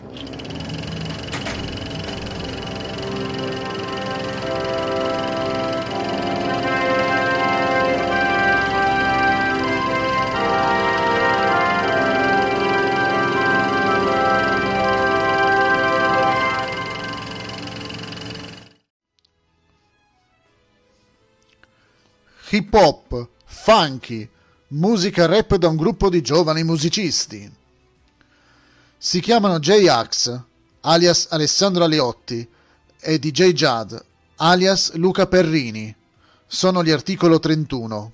Hip hop, funky, musica rap da un gruppo di giovani musicisti. Si chiamano J-Ax, alias Alessandro Aleotti, e DJ Jad, alias Luca Perrini. Sono gli Articolo 31.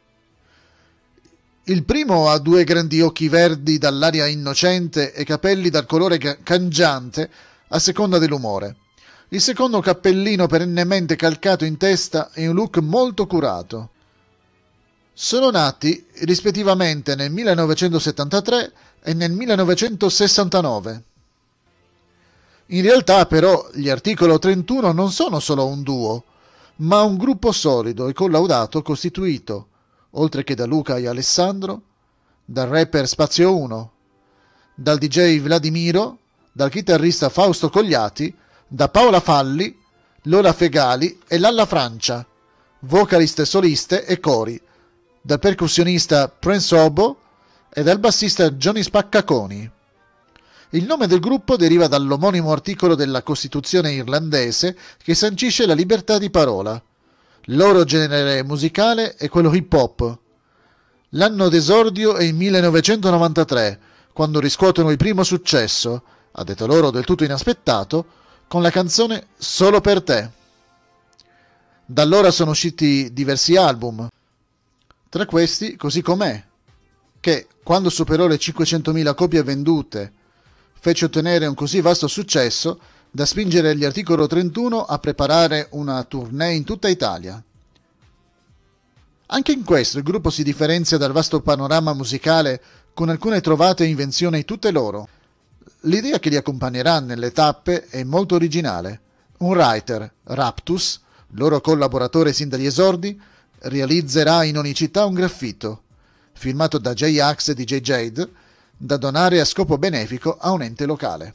Il primo ha due grandi occhi verdi dall'aria innocente e capelli dal colore cangiante a seconda dell'umore. Il secondo cappellino perennemente calcato in testa e un look molto curato. Sono nati rispettivamente nel 1973 e nel 1969. In realtà però gli Articolo 31 non sono solo un duo, ma un gruppo solido e collaudato costituito, oltre che da Luca e Alessandro, dal rapper Spazio 1, dal DJ Vladimiro, dal chitarrista Fausto Cogliati, da Paola Falli, Lola Fegali e Lalla Francia, vocaliste soliste e cori, dal percussionista Prince Obo e dal bassista Johnny Spaccaconi. Il nome del gruppo deriva dall'omonimo articolo della Costituzione irlandese che sancisce la libertà di parola. Il loro genere musicale è quello hip hop. L'anno d'esordio è il 1993, quando riscuotono il primo successo, a detta loro del tutto inaspettato, con la canzone Solo per te. Da allora sono usciti diversi album, tra questi Così com'è, che, quando superò le 500.000 copie vendute, fece ottenere un così vasto successo da spingere gli Articolo 31 a preparare una tournée in tutta Italia. Anche in questo il gruppo si differenzia dal vasto panorama musicale con alcune trovate e invenzioni tutte loro. L'idea che li accompagnerà nelle tappe è molto originale. Un writer, Raptus, loro collaboratore sin dagli esordi, realizzerà in ogni città un graffito, firmato da J-Ax e DJ Jade, da donare a scopo benefico a un ente locale.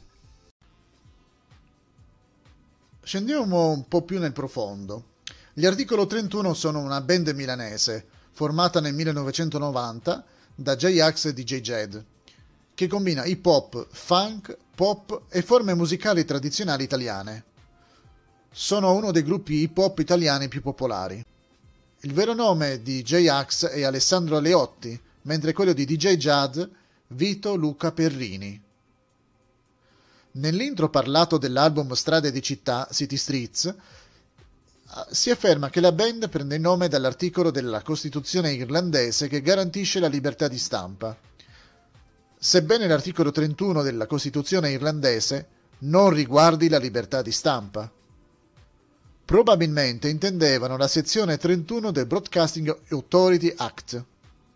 Scendiamo un po' più nel profondo. Gli Articolo 31 sono una band milanese, formata nel 1990 da J-Ax e DJ Jade, che combina hip hop, funk, pop e forme musicali tradizionali italiane. Sono uno dei gruppi hip hop italiani più popolari. Il vero nome di J-Ax è Alessandro Aleotti, mentre quello di DJ Jad Vito Luca Perrini. Nell'intro parlato dell'album Strade di città, City Streets, si afferma che la band prende il nome dall'articolo della Costituzione irlandese che garantisce la libertà di stampa. Sebbene l'articolo 31 della Costituzione irlandese non riguardi la libertà di stampa. Probabilmente intendevano la sezione 31 del Broadcasting Authority Act.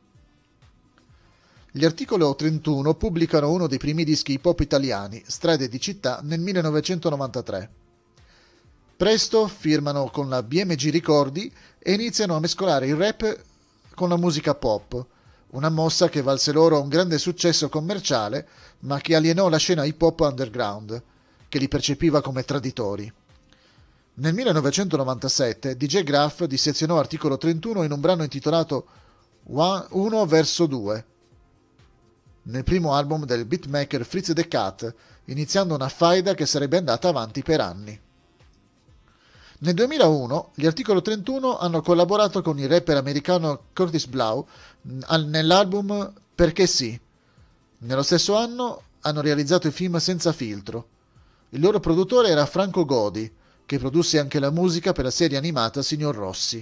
Gli Articolo 31 pubblicano uno dei primi dischi hip hop italiani, Strade di città, nel 1993. Presto firmano con la BMG Ricordi e iniziano a mescolare il rap con la musica pop, una mossa che valse loro un grande successo commerciale, ma che alienò la scena hip hop underground, che li percepiva come traditori. Nel 1997 DJ Graff dissezionò Articolo 31 in un brano intitolato 1 verso 2, nel primo album del beatmaker Fritz the Cat, iniziando una faida che sarebbe andata avanti per anni. Nel 2001 gli Articolo 31 hanno collaborato con il rapper americano Curtis Blow nell'album Perché sì. Nello stesso anno hanno realizzato il film Senza filtro. Il loro produttore era Franco Godi, che produsse anche la musica per la serie animata Signor Rossi.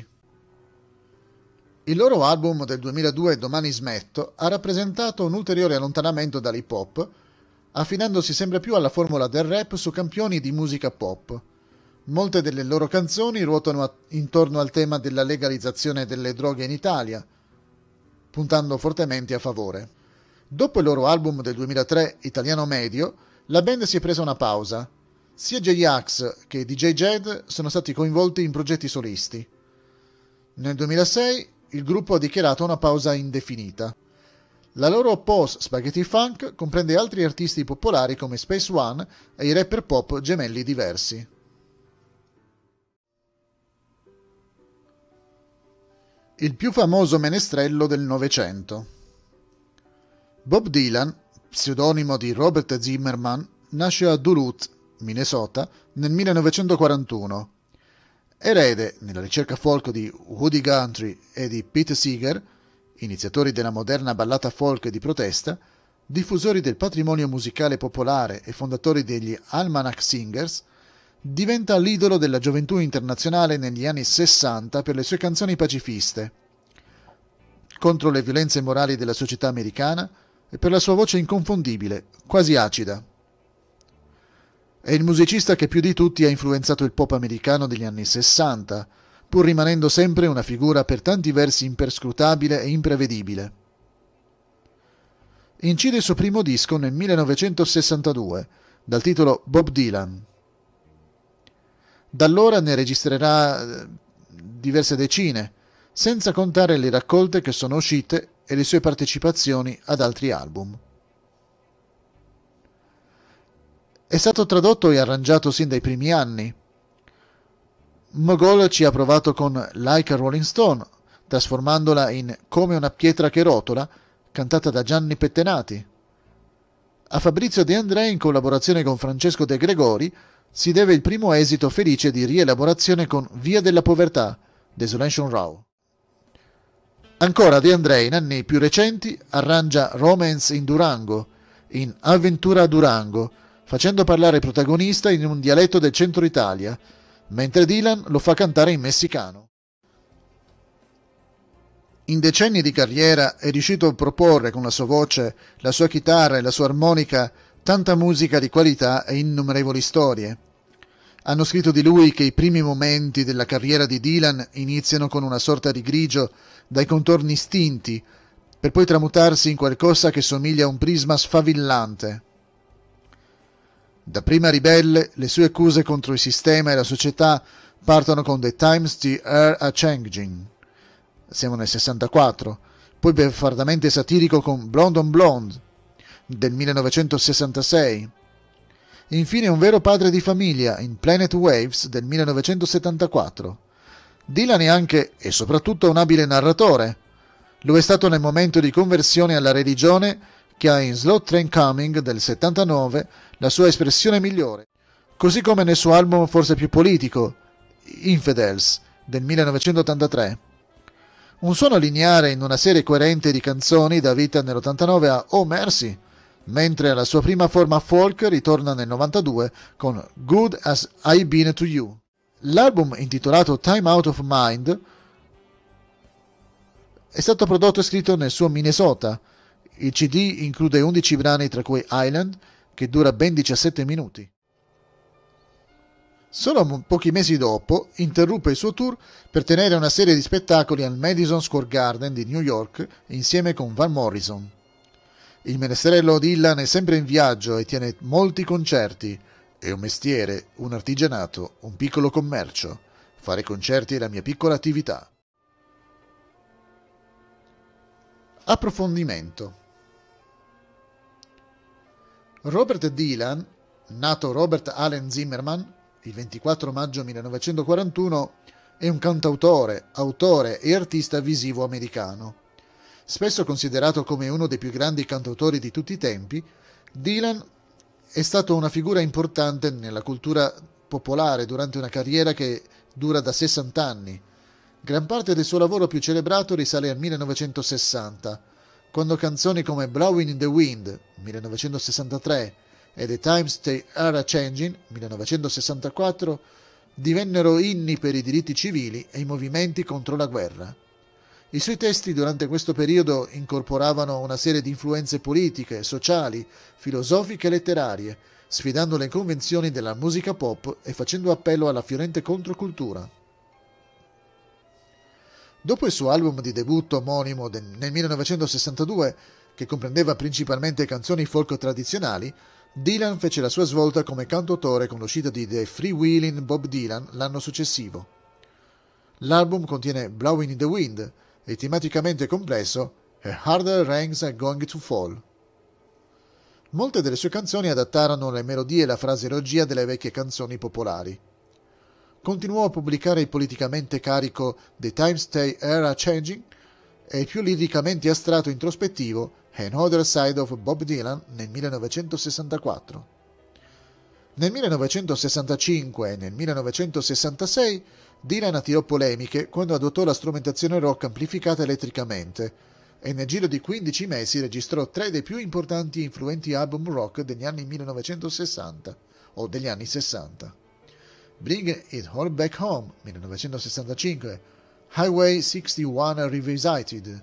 Il loro album del 2002 Domani smetto ha rappresentato un ulteriore allontanamento dall'hip hop, affidandosi sempre più alla formula del rap su campioni di musica pop. Molte delle loro canzoni ruotano intorno al tema della legalizzazione delle droghe in Italia, puntando fortemente a favore. Dopo il loro album del 2003 Italiano Medio, la band si è presa una pausa. Sia J-Ax che DJ Jed sono stati coinvolti in progetti solisti. Nel 2006 il gruppo ha dichiarato una pausa indefinita. La loro post spaghetti funk comprende altri artisti popolari come Space One e i rapper pop Gemelli Diversi. Il più famoso menestrello del Novecento. Bob Dylan, pseudonimo di Robert Zimmerman, nasce a Duluth, Minnesota, nel 1941. Erede, nella ricerca folk di Woody Guthrie e di Pete Seeger, iniziatori della moderna ballata folk di protesta, diffusori del patrimonio musicale popolare e fondatori degli Almanac Singers, diventa l'idolo della gioventù internazionale negli anni 60 per le sue canzoni pacifiste, contro le violenze morali della società americana e per la sua voce inconfondibile, quasi acida. È il musicista che più di tutti ha influenzato il pop americano degli anni 60, pur rimanendo sempre una figura per tanti versi imperscrutabile e imprevedibile. Incide il suo primo disco nel 1962, dal titolo Bob Dylan. Da allora ne registrerà diverse decine, senza contare le raccolte che sono uscite e le sue partecipazioni ad altri album. È stato tradotto e arrangiato sin dai primi anni. Mogol ci ha provato con Like a Rolling Stone, trasformandola in Come una pietra che rotola, cantata da Gianni Pettenati. A Fabrizio De André, in collaborazione con Francesco De Gregori, si deve il primo esito felice di rielaborazione con Via della Povertà, Desolation Row. Ancora De André, in anni più recenti, arrangia Romance in Durango, in Avventura a Durango, facendo parlare il protagonista in un dialetto del centro Italia, mentre Dylan lo fa cantare in messicano. In decenni di carriera è riuscito a proporre con la sua voce, la sua chitarra e la sua armonica tanta musica di qualità e innumerevoli storie. Hanno scritto di lui che i primi momenti della carriera di Dylan iniziano con una sorta di grigio dai contorni stinti, per poi tramutarsi in qualcosa che somiglia a un prisma sfavillante. Da prima ribelle, le sue accuse contro il sistema e la società partono con The Times They Are A-Changing. Siamo nel 64, poi beffardamente satirico con Blonde on Blonde del 1966. Infine un vero padre di famiglia in Planet Waves del 1974. Dylan è anche e soprattutto un abile narratore. Lo è stato nel momento di conversione alla religione che ha in Slow Train Coming del 79 la sua espressione migliore, così come nel suo album forse più politico, Infidels del 1983. Un suono lineare in una serie coerente di canzoni dà vita nell'89 a Oh Mercy, mentre alla sua prima forma folk ritorna nel 92 con Good As I Been To You. L'album, intitolato Time Out of Mind, è stato prodotto e scritto nel suo Minnesota. Il CD include 11 brani, tra cui Island, che dura ben 17 minuti. Solo pochi mesi dopo interruppe il suo tour per tenere una serie di spettacoli al Madison Square Garden di New York insieme con Van Morrison. Il menestrello Dylan è sempre in viaggio e tiene molti concerti. È un mestiere, un artigianato, un piccolo commercio. Fare concerti è la mia piccola attività. Approfondimento. Robert Dylan, nato Robert Allen Zimmerman il 24 maggio 1941, è un cantautore, autore e artista visivo americano. Spesso considerato come uno dei più grandi cantautori di tutti i tempi, Dylan è stato una figura importante nella cultura popolare durante una carriera che dura da 60 anni. Gran parte del suo lavoro più celebrato risale al 1960, quando canzoni come Blowing in the Wind, 1963, e The Times They Are A-Changing, 1964, divennero inni per i diritti civili e i movimenti contro la guerra. I suoi testi durante questo periodo incorporavano una serie di influenze politiche, sociali, filosofiche e letterarie, sfidando le convenzioni della musica pop e facendo appello alla fiorente controcultura. Dopo il suo album di debutto omonimo nel 1962, che comprendeva principalmente canzoni folk tradizionali, Dylan fece la sua svolta come cantautore con l'uscita di The Freewheelin' Bob Dylan l'anno successivo. L'album contiene Blowing in the Wind e tematicamente complesso e Harder Rains Are Going to Fall. Molte delle sue canzoni adattarono le melodie e la fraseologia delle vecchie canzoni popolari. Continuò a pubblicare il politicamente carico The Times They Are Changing e il più liricamente astratto e introspettivo Another Side of Bob Dylan nel 1964. Nel 1965 e nel 1966 Dylan attirò polemiche quando adottò la strumentazione rock amplificata elettricamente e nel giro di 15 mesi registrò 3 dei più importanti e influenti album rock degli anni 1960 o degli anni 60. Bring It All Back Home 1965, Highway 61 Revisited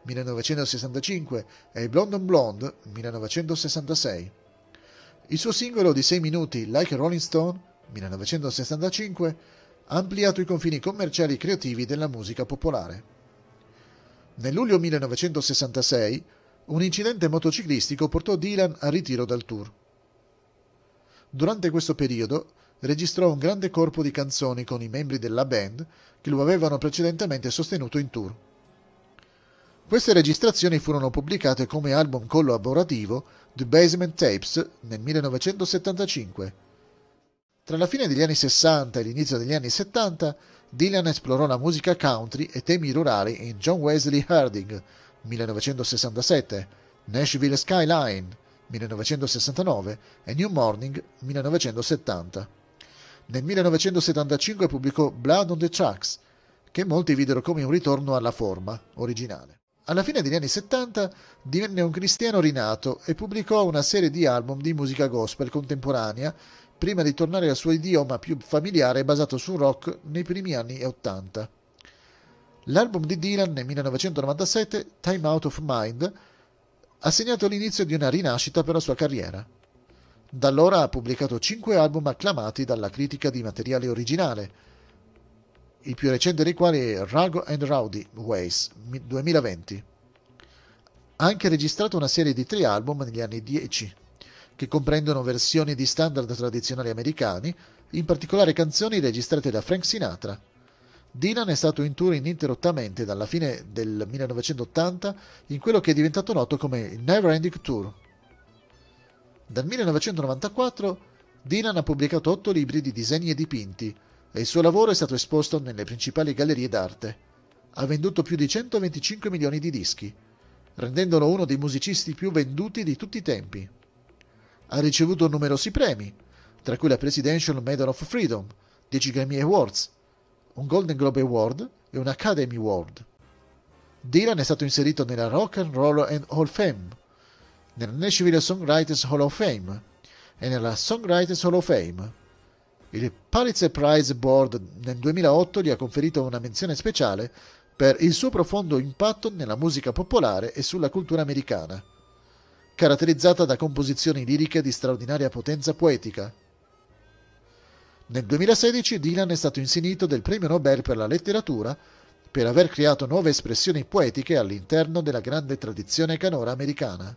1965 e Blonde on Blonde 1966. Il suo singolo di 6 minuti Like a Rolling Stone 1965 ha ampliato i confini commerciali e creativi della musica popolare. Nel luglio 1966 un incidente motociclistico portò Dylan al ritiro dal tour. Durante questo periodo registrò un grande corpo di canzoni con i membri della band che lo avevano precedentemente sostenuto in tour. Queste registrazioni furono pubblicate come album collaborativo The Basement Tapes nel 1975. Tra la fine degli anni 60 e l'inizio degli anni 70, Dylan esplorò la musica country e temi rurali in John Wesley Harding 1967, Nashville Skyline 1969 e New Morning 1970. Nel 1975 pubblicò Blood on the Tracks, che molti videro come un ritorno alla forma originale. Alla fine degli anni 70 divenne un cristiano rinato e pubblicò una serie di album di musica gospel contemporanea prima di tornare al suo idioma più familiare basato sul rock nei primi anni 80. L'album di Dylan nel 1997, Time Out of Mind, ha segnato l'inizio di una rinascita per la sua carriera. Da allora ha pubblicato 5 album acclamati dalla critica di materiale originale, il più recente dei quali è Rago and Rowdy Ways 2020. Ha anche registrato una serie di 3 album negli anni 10, che comprendono versioni di standard tradizionali americani, in particolare canzoni registrate da Frank Sinatra. Dylan è stato in tour ininterrottamente dalla fine del 1980 in quello che è diventato noto come il Never Ending Tour. Dal 1994 Dylan ha pubblicato 8 libri di disegni e dipinti e il suo lavoro è stato esposto nelle principali gallerie d'arte. Ha venduto più di 125 milioni di dischi, rendendolo uno dei musicisti più venduti di tutti i tempi. Ha ricevuto numerosi premi, tra cui la Presidential Medal of Freedom, 10 Grammy Awards, un Golden Globe Award e un Academy Award. Dylan è stato inserito nella Rock and Roll Hall of Fame, nella Nashville Songwriters Hall of Fame e nella Songwriters Hall of Fame. Il Pulitzer Prize Board nel 2008 gli ha conferito una menzione speciale per il suo profondo impatto nella musica popolare e sulla cultura americana, caratterizzata da composizioni liriche di straordinaria potenza poetica. Nel 2016 Dylan è stato insignito del Premio Nobel per la letteratura per aver creato nuove espressioni poetiche all'interno della grande tradizione canora americana.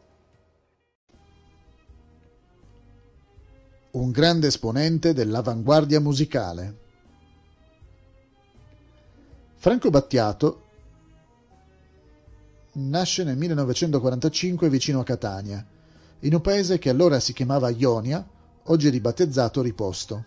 Un grande esponente dell'avanguardia musicale. Franco Battiato nasce nel 1945 vicino a Catania, in un paese che allora si chiamava Ionia, oggi ribattezzato Riposto.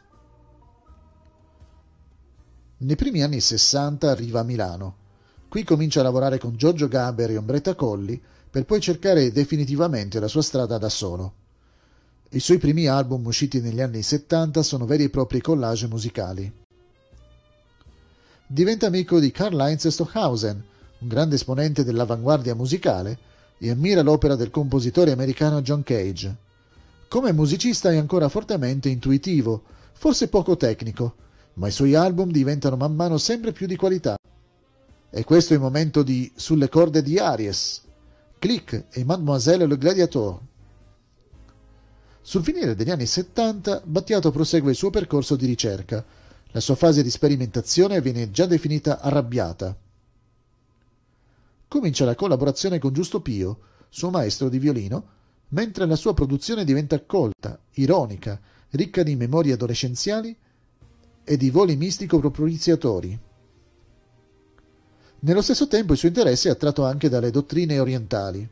Nei primi anni 60 arriva a Milano. Qui comincia a lavorare con Giorgio Gaber e Ombretta Colli per poi cercare definitivamente la sua strada da solo. I suoi primi album usciti negli anni 70 sono veri e propri collage musicali. Diventa amico di Karl-Heinz Stockhausen, un grande esponente dell'avanguardia musicale, e ammira l'opera del compositore americano John Cage. Come musicista è ancora fortemente intuitivo, forse poco tecnico, ma i suoi album diventano man mano sempre più di qualità. E questo è il momento di Sulle corde di Aries, Click e Mademoiselle le Gladiator. Sul finire degli anni 70 Battiato prosegue il suo percorso di ricerca. La sua fase di sperimentazione viene già definita arrabbiata. Comincia la collaborazione con Giusto Pio, suo maestro di violino, mentre la sua produzione diventa colta, ironica, ricca di memorie adolescenziali e di voli mistico-propiziatori. Nello stesso tempo il suo interesse è attratto anche dalle dottrine orientali.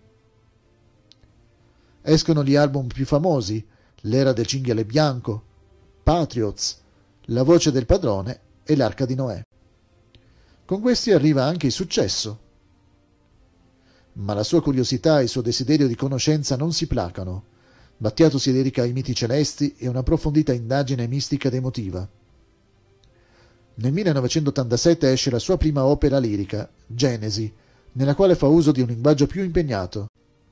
Escono gli album più famosi: L'era del cinghiale bianco, Patriots, La voce del padrone e L'Arca di Noè. Con questi arriva anche il successo. Ma la sua curiosità e il suo desiderio di conoscenza non si placano. Battiato si dedica ai miti celesti e a una approfondita indagine mistica ed emotiva. Nel 1987 esce la sua prima opera lirica, Genesi, nella quale fa uso di un linguaggio più impegnato.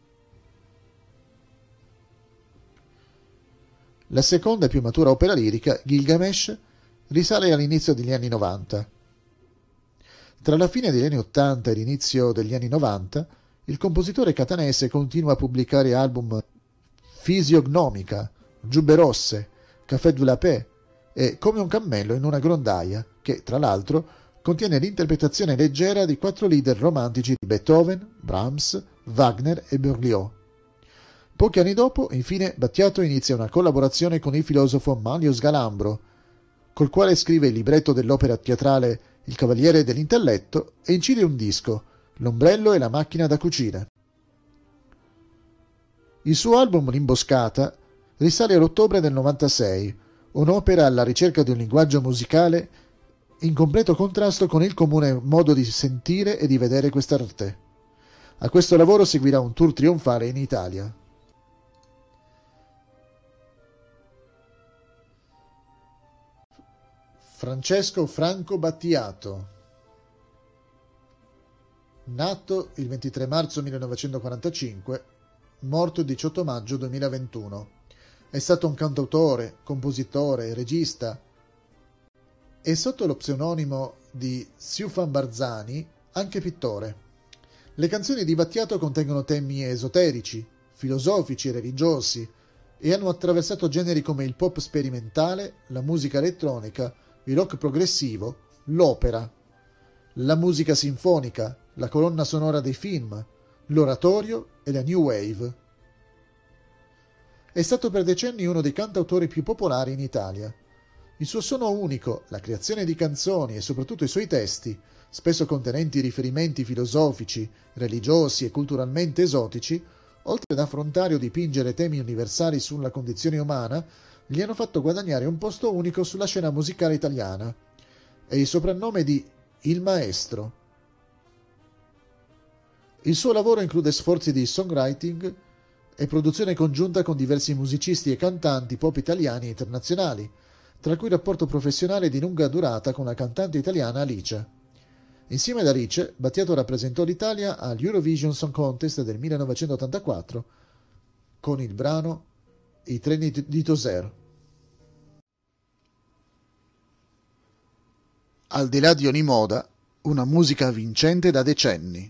La seconda e più matura opera lirica, Gilgamesh, risale all'inizio degli anni 90. Tra la fine degli anni 80 e l'inizio degli anni 90, il compositore catanese continua a pubblicare album Fisiognomica, Giubbe rosse, Café de la Paix e Come un cammello in una grondaia, che, tra l'altro, contiene l'interpretazione leggera di 4 lieder romantici di Beethoven, Brahms, Wagner e Berlioz. Pochi anni dopo, infine, Battiato inizia una collaborazione con il filosofo Manlio Sgalambro, col quale scrive il libretto dell'opera teatrale Il Cavaliere dell'Intelletto e incide un disco, L'ombrello e la macchina da cucire. Il suo album L'Imboscata risale all'ottobre del 96, un'opera alla ricerca di un linguaggio musicale in completo contrasto con il comune modo di sentire e di vedere quest'arte. A questo lavoro seguirà un tour trionfale in Italia. Francesco Franco Battiato, nato il 23 marzo 1945, morto il 18 maggio 2021. È stato un cantautore, compositore, regista e sotto lo pseudonimo di Siufan Barzani anche pittore. Le canzoni di Battiato contengono temi esoterici, filosofici e religiosi e hanno attraversato generi come il pop sperimentale, la musica elettronica, il rock progressivo, l'opera, la musica sinfonica, la colonna sonora dei film, l'oratorio e la new wave. È stato per decenni uno dei cantautori più popolari in Italia. Il suo suono unico, la creazione di canzoni e soprattutto i suoi testi, spesso contenenti riferimenti filosofici, religiosi e culturalmente esotici, oltre ad affrontare o dipingere temi universali sulla condizione umana, gli hanno fatto guadagnare un posto unico sulla scena musicale italiana e il soprannome di Il Maestro. Il suo lavoro include sforzi di songwriting e produzione congiunta con diversi musicisti e cantanti pop italiani e internazionali, tra cui rapporto professionale di lunga durata con la cantante italiana Alice. Insieme ad Alice, Battiato rappresentò l'Italia all'Eurovision Song Contest del 1984 con il brano I treni di Toser. Al di là di ogni moda, una musica vincente da decenni.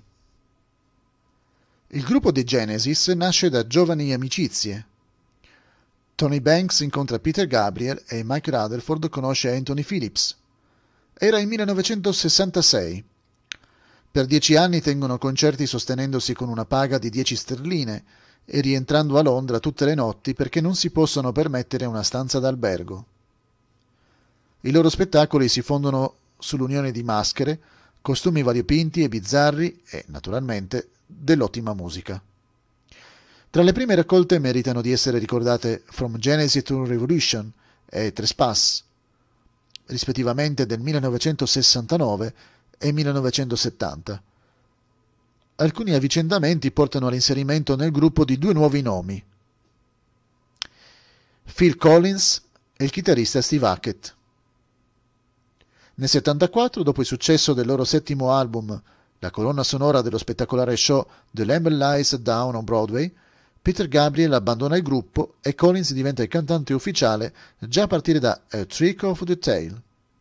Il gruppo dei Genesis nasce da giovani amicizie. Tony Banks incontra Peter Gabriel e Mike Rutherford conosce Anthony Phillips. Era il 1966. Per 10 anni tengono concerti sostenendosi con una paga di 10 sterline e rientrando a Londra tutte le notti perché non si possono permettere una stanza d'albergo. I loro spettacoli si fondono sull'unione di maschere, costumi variopinti e bizzarri e, naturalmente, dell'ottima musica. Tra le prime raccolte meritano di essere ricordate From Genesis to Revolution e Trespass, rispettivamente del 1969 e 1970. Alcuni avvicendamenti portano all'inserimento nel gruppo di 2 nuovi nomi: Phil Collins e il chitarrista Steve Hackett. Nel 1974, dopo il successo del loro 7° album, la colonna sonora dello spettacolare show The Lamb Lies Down on Broadway, Peter Gabriel abbandona il gruppo e Collins diventa il cantante ufficiale già a partire da A Trick of the Tail.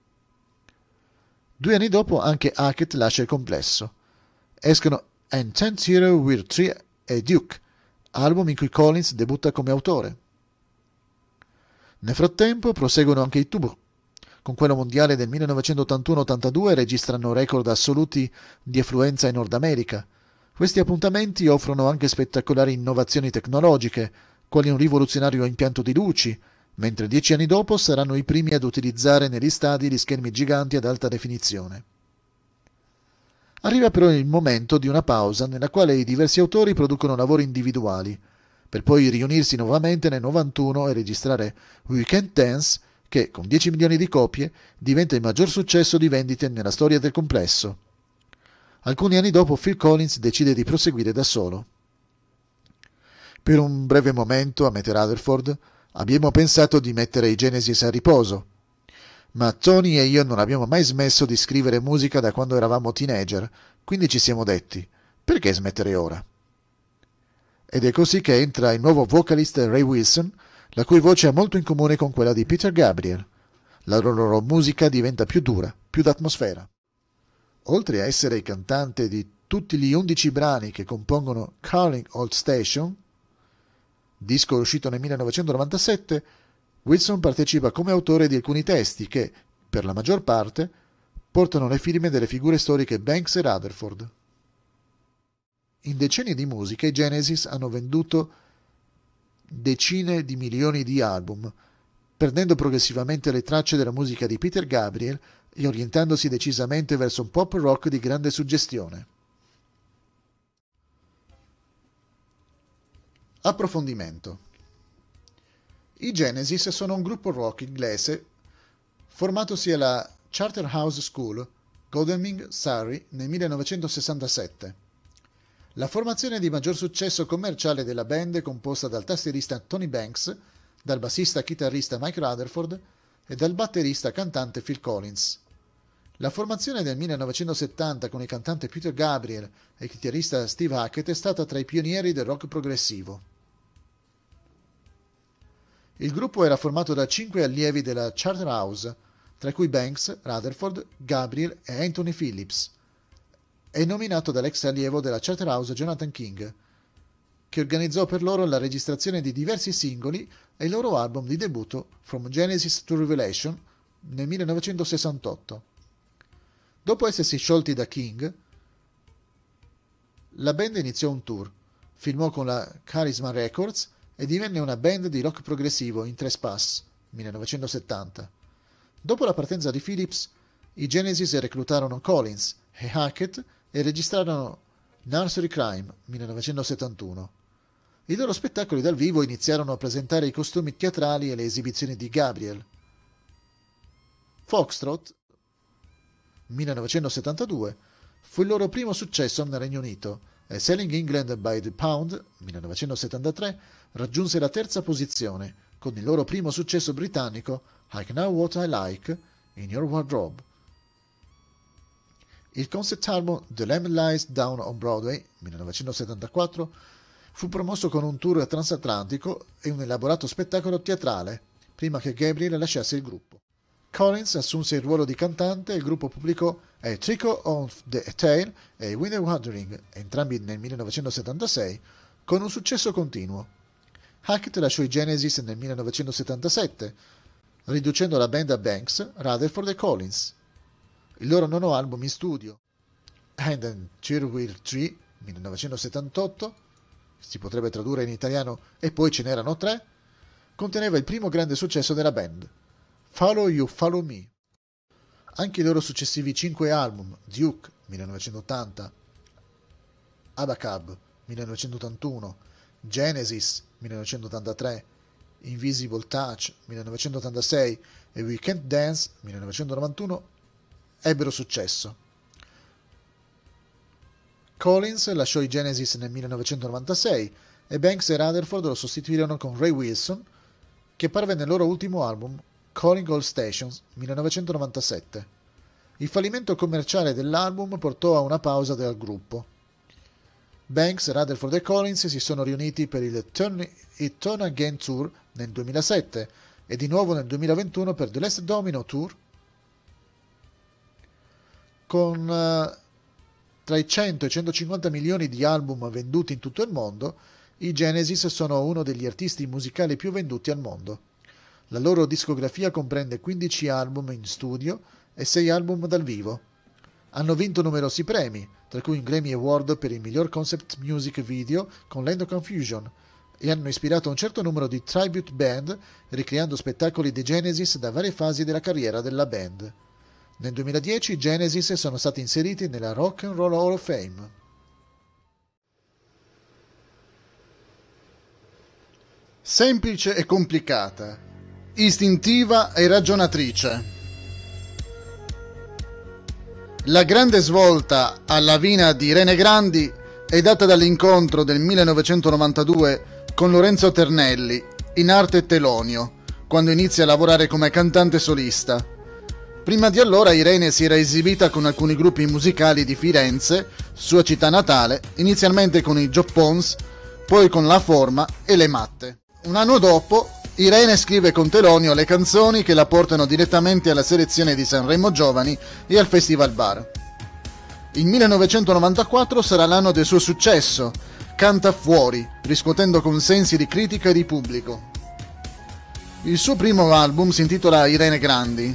2 anni dopo anche Hackett lascia il complesso. Escono And 10 Year with Tree e Duke, album in cui Collins debutta come autore. Nel frattempo proseguono anche i tour. Con quello mondiale del 1981-82 registrano record assoluti di affluenza in Nord America. Questi appuntamenti offrono anche spettacolari innovazioni tecnologiche, quali un rivoluzionario impianto di luci, mentre 10 anni dopo saranno i primi ad utilizzare negli stadi gli schermi giganti ad alta definizione. Arriva però il momento di una pausa nella quale i diversi autori producono lavori individuali, per poi riunirsi nuovamente nel 91 e registrare We Can't Dance, che con 10 milioni di copie diventa il maggior successo di vendite nella storia del complesso. Alcuni anni dopo Phil Collins decide di proseguire da solo. Per un breve momento, ammette Rutherford, abbiamo pensato di mettere i Genesis a riposo, ma Tony e io non abbiamo mai smesso di scrivere musica da quando eravamo teenager, quindi ci siamo detti, perché smettere ora? Ed è così che entra il nuovo vocalist Ray Wilson, la cui voce ha molto in comune con quella di Peter Gabriel. La loro musica diventa più dura, più d'atmosfera. Oltre a essere il cantante di tutti gli 11 brani che compongono Calling All Station, disco uscito nel 1997, Wilson partecipa come autore di alcuni testi che, per la maggior parte, portano le firme delle figure storiche Banks e Rutherford. In decenni di musica i Genesis hanno venduto decine di milioni di album, perdendo progressivamente le tracce della musica di Peter Gabriel e orientandosi decisamente verso un pop rock di grande suggestione. Approfondimento. I Genesis sono un gruppo rock inglese formatosi alla Charterhouse School, Godalming, Surrey, nel 1967. La formazione di maggior successo commerciale della band è composta dal tastierista Tony Banks, dal bassista chitarrista Mike Rutherford e dal batterista cantante Phil Collins. La formazione del 1970 con il cantante Peter Gabriel e il chitarrista Steve Hackett è stata tra i pionieri del rock progressivo. Il gruppo era formato da 5 allievi della Charterhouse, tra cui Banks, Rutherford, Gabriel e Anthony Phillips. È nominato dall'ex allievo della Charterhouse Jonathan King, che organizzò per loro la registrazione di diversi singoli e il loro album di debutto From Genesis to Revelation nel 1968. Dopo essersi sciolti da King, la band iniziò un tour, firmò con la Charisma Records e divenne una band di rock progressivo in Trespass, 1970. Dopo la partenza di Phillips, i reclutarono Collins e Hackett e registrarono Nursery Crime, 1971. I loro spettacoli dal vivo iniziarono a presentare i costumi teatrali e le esibizioni di Gabriel. Foxtrot, 1972, fu il loro primo successo nel Regno Unito e Selling England by the Pound, 1973, raggiunse la terza posizione con il loro primo successo britannico I Know What I Like in Your Wardrobe. Il concept album The Lamb Lies Down on Broadway, 1974, fu promosso con un tour transatlantico e un elaborato spettacolo teatrale, prima che Gabriel lasciasse il gruppo. Collins assunse il ruolo di cantante e il gruppo pubblicò A Trickle of the Tail e Winter Wandering, entrambi nel 1976, con un successo continuo. Hackett lasciò i Genesis nel 1977, riducendo la band a Banks, Rutherford e Collins. Il loro nono album in studio, And then Cheer Will Tree, 1978, si potrebbe tradurre in italiano E poi ce n'erano tre, conteneva il primo grande successo della band, Follow You, Follow Me. Anche i loro successivi 5 album, Duke, 1980, Abacab, 1981, Genesis, 1983, Invisible Touch, 1986 e We Can't Dance, 1991, ebbero successo. Collins lasciò i Genesis nel 1996 e Banks e Rutherford lo sostituirono con Ray Wilson, che apparve nel loro ultimo album Calling All Stations, 1997. Il fallimento commerciale dell'album portò a una pausa del gruppo. Banks, Rutherford e Collins si sono riuniti per il Turn It On Again Tour nel 2007 e di nuovo nel 2021 per The Last Domino Tour. Con tra i 100 e i 150 milioni di album venduti in tutto il mondo, i Genesis sono uno degli artisti musicali più venduti al mondo. La loro discografia comprende 15 album in studio e 6 album dal vivo. Hanno vinto numerosi premi, tra cui un Grammy Award per il miglior concept music video con Land of Confusion, e hanno ispirato un certo numero di tribute band, ricreando spettacoli dei Genesis da varie fasi della carriera della band. Nel 2010 i Genesis sono stati inseriti nella Rock and Roll Hall of Fame. Semplice e complicata, istintiva e ragionatrice. La grande svolta alla vina di Irene Grandi è data dall'incontro del 1992 con Lorenzo Ternelli, in arte Telonio, quando inizia a lavorare come cantante solista. Prima di allora Irene si era esibita con alcuni gruppi musicali di Firenze, sua città natale, inizialmente con i Joppons, poi con La Forma e Le Matte. Un anno dopo Irene scrive con Telonio le canzoni che la portano direttamente alla selezione di Sanremo Giovani e al Festival Bar. Il 1994 sarà l'anno del suo successo, Canta Fuori, riscuotendo consensi di critica e di pubblico. Il suo primo album si intitola Irene Grandi.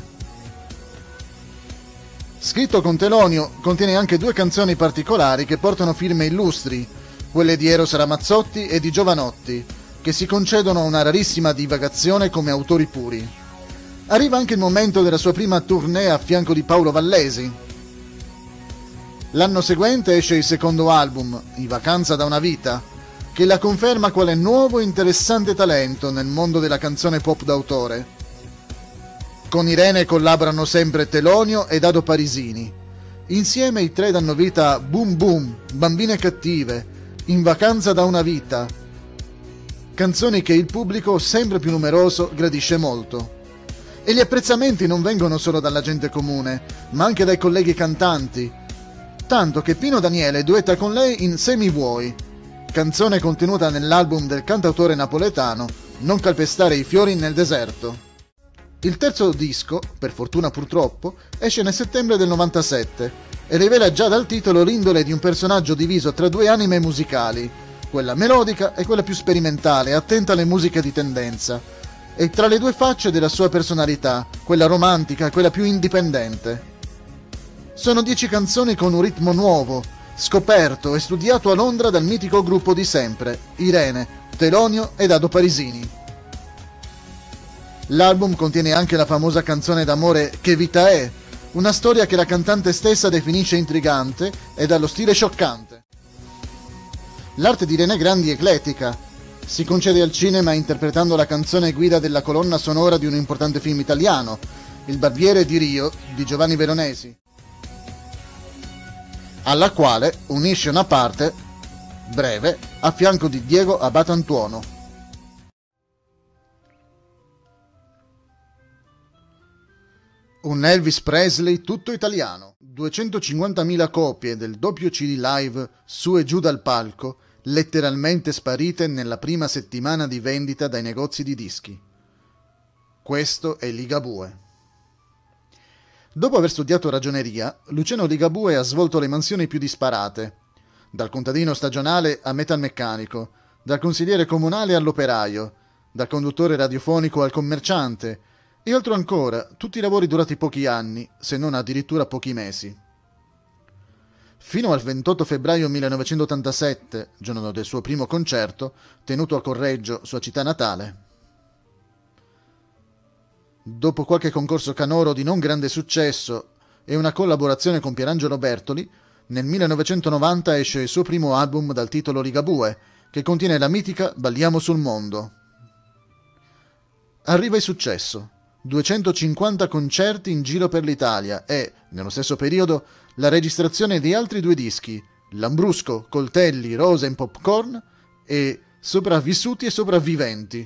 Scritto con Telonio, contiene anche 2 canzoni particolari che portano firme illustri, quelle di Eros Ramazzotti e di Giovanotti, che si concedono una rarissima divagazione come autori puri. Arriva anche il momento della sua prima tournée a fianco di Paolo Vallesi. L'anno seguente esce il secondo album, In vacanza da una vita, che la conferma quale nuovo e interessante talento nel mondo della canzone pop d'autore. Con Irene collaborano sempre Telonio e Dado Parisini. Insieme i 3 danno vita a Boom Boom, Bambine cattive, In vacanza da una vita, canzoni che il pubblico, sempre più numeroso, gradisce molto. E gli apprezzamenti non vengono solo dalla gente comune, ma anche dai colleghi cantanti, tanto che Pino Daniele duetta con lei in Se mi vuoi, canzone contenuta nell'album del cantautore napoletano Non calpestare i fiori nel deserto. Il terzo disco, Per fortuna purtroppo, esce nel settembre del 97 e rivela già dal titolo l'indole di un personaggio diviso tra 2 anime musicali, quella melodica e quella più sperimentale, attenta alle musiche di tendenza, e tra le 2 facce della sua personalità, quella romantica e quella più indipendente. Sono 10 canzoni con un ritmo nuovo, scoperto e studiato a Londra dal mitico gruppo di sempre, Irene, Telonio e Dado Parisini. L'album contiene anche la famosa canzone d'amore Che vita è, una storia che la cantante stessa definisce intrigante e dallo stile scioccante. L'arte di Irene Grandi è eclettica. Si concede al cinema interpretando la canzone guida della colonna sonora di un importante film italiano, Il barbiere di Rio di Giovanni Veronesi, alla quale unisce una parte breve a fianco di Diego Abatantuono. Un Elvis Presley tutto italiano. 250.000 copie del doppio CD live Su e giù dal palco, letteralmente sparite nella prima settimana di vendita dai negozi di dischi. Questo è Ligabue. Dopo aver studiato ragioneria, Luciano Ligabue ha svolto le mansioni più disparate, dal contadino stagionale a metalmeccanico, dal consigliere comunale all'operaio, dal conduttore radiofonico al commerciante, e altro ancora, tutti i lavori durati pochi anni, se non addirittura pochi mesi. Fino al 28 febbraio 1987, giorno del suo primo concerto, tenuto a Correggio, sua città natale. Dopo qualche concorso canoro di non grande successo e una collaborazione con Pierangelo Bertoli, nel 1990 esce il suo primo album dal titolo Ligabue, che contiene la mitica Balliamo sul mondo. Arriva il successo. 250 concerti in giro per l'Italia e, nello stesso periodo, la registrazione di altri 2 dischi, Lambrusco, Coltelli, Rose and Popcorn e Sopravvissuti e Sopravviventi.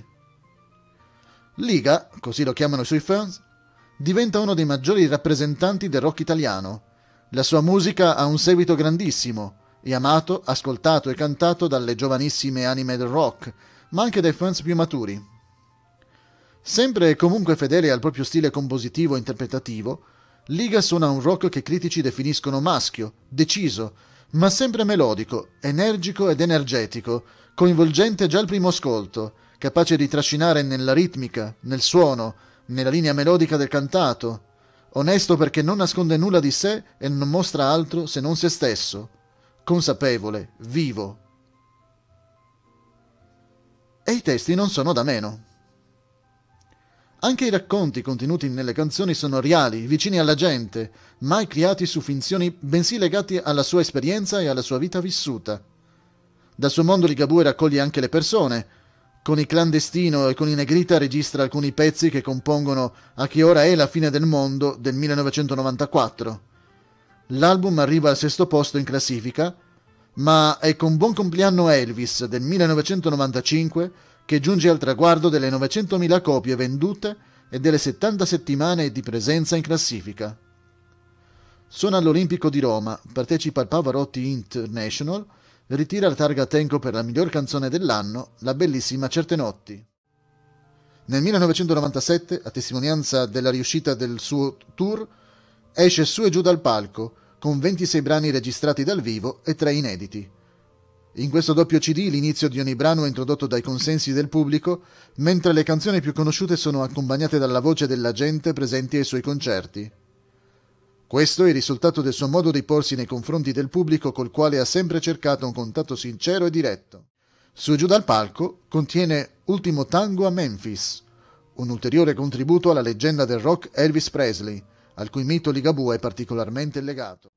Liga, così lo chiamano i suoi fans, diventa uno dei maggiori rappresentanti del rock italiano. La sua musica ha un seguito grandissimo, è amato, ascoltato e cantato dalle giovanissime anime del rock, ma anche dai fans più maturi. Sempre e comunque fedele al proprio stile compositivo e interpretativo, Liga suona un rock che critici definiscono maschio, deciso, ma sempre melodico, energico ed energetico, coinvolgente già al primo ascolto, capace di trascinare nella ritmica, nel suono, nella linea melodica del cantato, onesto perché non nasconde nulla di sé e non mostra altro se non se stesso, consapevole, vivo. E i testi non sono da meno. Anche i racconti contenuti nelle canzoni sono reali, vicini alla gente, mai creati su finzioni, bensì legati alla sua esperienza e alla sua vita vissuta. Dal suo mondo Ligabue raccoglie anche le persone. Con il clandestino e con i Negrita registra alcuni pezzi che compongono A che ora è la fine del mondo del 1994. L'album arriva al 6° posto in classifica, ma è con Buon compleanno Elvis del 1995 che giunge al traguardo delle 900.000 copie vendute e delle 70 settimane di presenza in classifica. Suona all'Olimpico di Roma, partecipa al Pavarotti International, ritira la targa Tenco per la miglior canzone dell'anno, La bellissima Certe notti. Nel 1997, a testimonianza della riuscita del suo tour, esce Su e giù dal palco, con 26 brani registrati dal vivo e 3 inediti. In questo doppio CD l'inizio di ogni brano è introdotto dai consensi del pubblico, mentre le canzoni più conosciute sono accompagnate dalla voce della gente presenti ai suoi concerti. Questo è il risultato del suo modo di porsi nei confronti del pubblico, col quale ha sempre cercato un contatto sincero e diretto. Su e giù dal palco contiene Ultimo tango a Memphis, un ulteriore contributo alla leggenda del rock Elvis Presley, al cui mito Ligabue è particolarmente legato.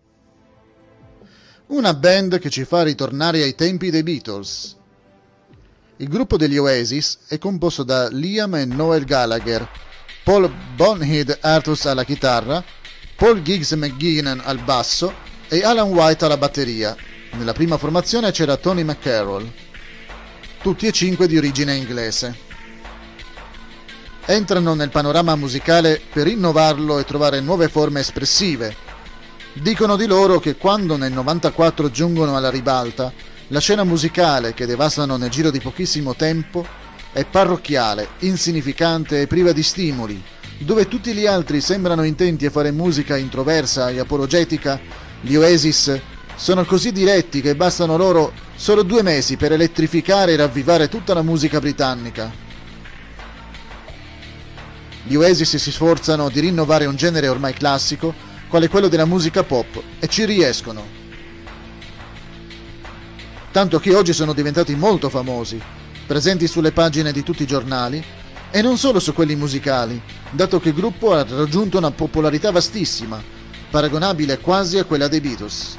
Una band che ci fa ritornare ai tempi dei Beatles. Il gruppo degli Oasis è composto da Liam e Noel Gallagher, Paul Bonehead Artus alla chitarra, Paul Giggs McGuigan al basso e Alan White alla batteria. Nella prima formazione c'era Tony McCarroll, tutti e 5 di origine inglese. Entrano nel panorama musicale per innovarlo e trovare nuove forme espressive. Dicono di loro che quando nel 94 giungono alla ribalta, la scena musicale che devastano nel giro di pochissimo tempo è parrocchiale, insignificante e priva di stimoli, dove tutti gli altri sembrano intenti a fare musica introversa e apologetica. Gli Oasis sono così diretti che bastano loro solo 2 mesi per elettrificare e ravvivare tutta la musica britannica. Gli Oasis si sforzano di rinnovare un genere ormai classico, quale quello della musica pop, e ci riescono. Tanto che oggi sono diventati molto famosi, presenti sulle pagine di tutti i giornali, e non solo su quelli musicali, dato che il gruppo ha raggiunto una popolarità vastissima, paragonabile quasi a quella dei Beatles.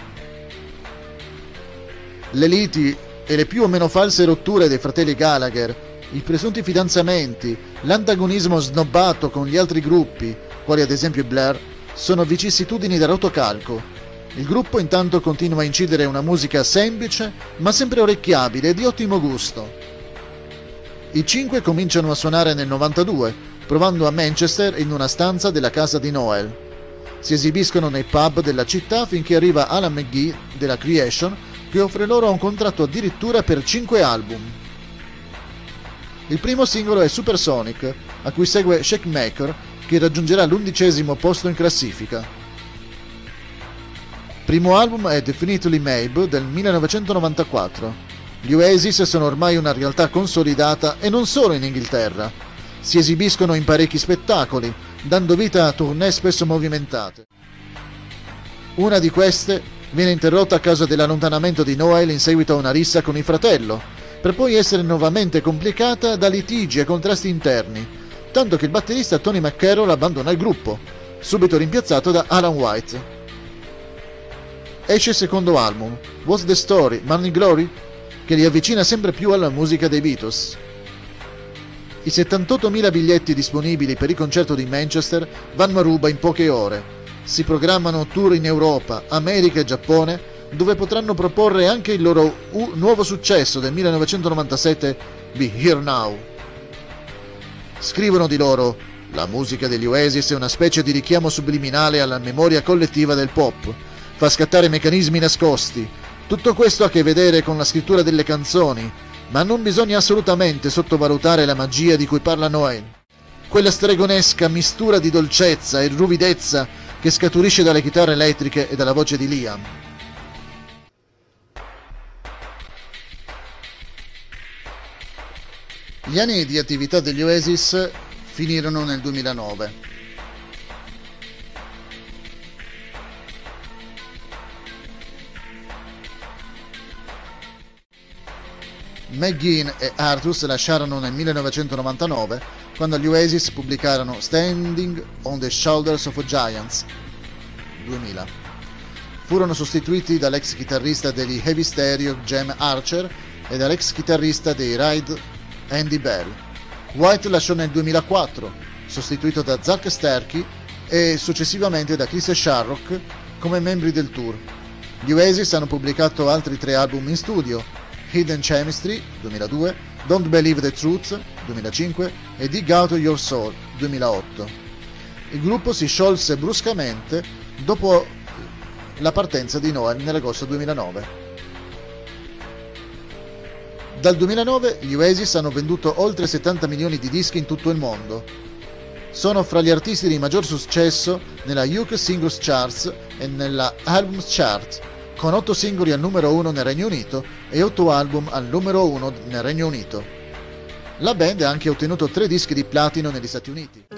Le liti e le più o meno false rotture dei fratelli Gallagher, i presunti fidanzamenti, l'antagonismo snobbato con gli altri gruppi, quali ad esempio i Blair, sono vicissitudini da rotocalco. Il gruppo intanto continua a incidere una musica semplice, ma sempre orecchiabile e di ottimo gusto. I 5 cominciano a suonare nel 92, provando a Manchester in una stanza della casa di Noel. Si esibiscono nei pub della città finché arriva Alan McGee della Creation, che offre loro un contratto addirittura per 5 album. Il primo singolo è Supersonic, a cui segue Shakemaker, che raggiungerà l'11° posto in classifica. Il primo album è Definitely Maybe del 1994. Gli Oasis sono ormai una realtà consolidata e non solo in Inghilterra. Si esibiscono in parecchi spettacoli, dando vita a tournée spesso movimentate. Una di queste viene interrotta a causa dell'allontanamento di Noel in seguito a una rissa con il fratello, per poi essere nuovamente complicata da litigi e contrasti interni, tanto che il batterista Tony McCarroll abbandona il gruppo, subito rimpiazzato da Alan White. Esce il secondo album, What's the Story, Money Glory?, che li avvicina sempre più alla musica dei Beatles. I 78.000 biglietti disponibili per il concerto di Manchester vanno a ruba in poche ore. Si programmano tour in Europa, America e Giappone, dove potranno proporre anche il loro nuovo successo del 1997, Be Here Now. Scrivono di loro: la musica degli Oasis è una specie di richiamo subliminale alla memoria collettiva del pop, fa scattare meccanismi nascosti. Tutto questo ha a che vedere con la scrittura delle canzoni, ma non bisogna assolutamente sottovalutare la magia di cui parla Noel. Quella stregonesca mistura di dolcezza e ruvidezza che scaturisce dalle chitarre elettriche e dalla voce di Liam. Gli anni di attività degli Oasis finirono nel 2009. McGuinn e Artus lasciarono nel 1999 quando gli Oasis pubblicarono Standing on the Shoulders of Giants, 2000. Furono sostituiti dall'ex chitarrista degli Heavy Stereo Jem Archer e dall'ex chitarrista dei Ride Andy Bell. White lasciò nel 2004, sostituito da Zach Sterky e successivamente da Chris Sharrock come membri del tour. Gli Oasis hanno pubblicato altri 3 album in studio: Hidden Chemistry, 2002, Don't Believe the Truth, 2005 e Dig Out Your Soul, 2008. Il gruppo si sciolse bruscamente dopo la partenza di Noel nell'agosto 2009. Dal 2009 gli Oasis hanno venduto oltre 70 milioni di dischi in tutto il mondo. Sono fra gli artisti di maggior successo nella UK Singles Charts e nella Albums Chart, con 8 singoli al numero 1 nel Regno Unito e 8 album al numero 1 nel Regno Unito. La band ha anche ottenuto 3 dischi di platino negli Stati Uniti.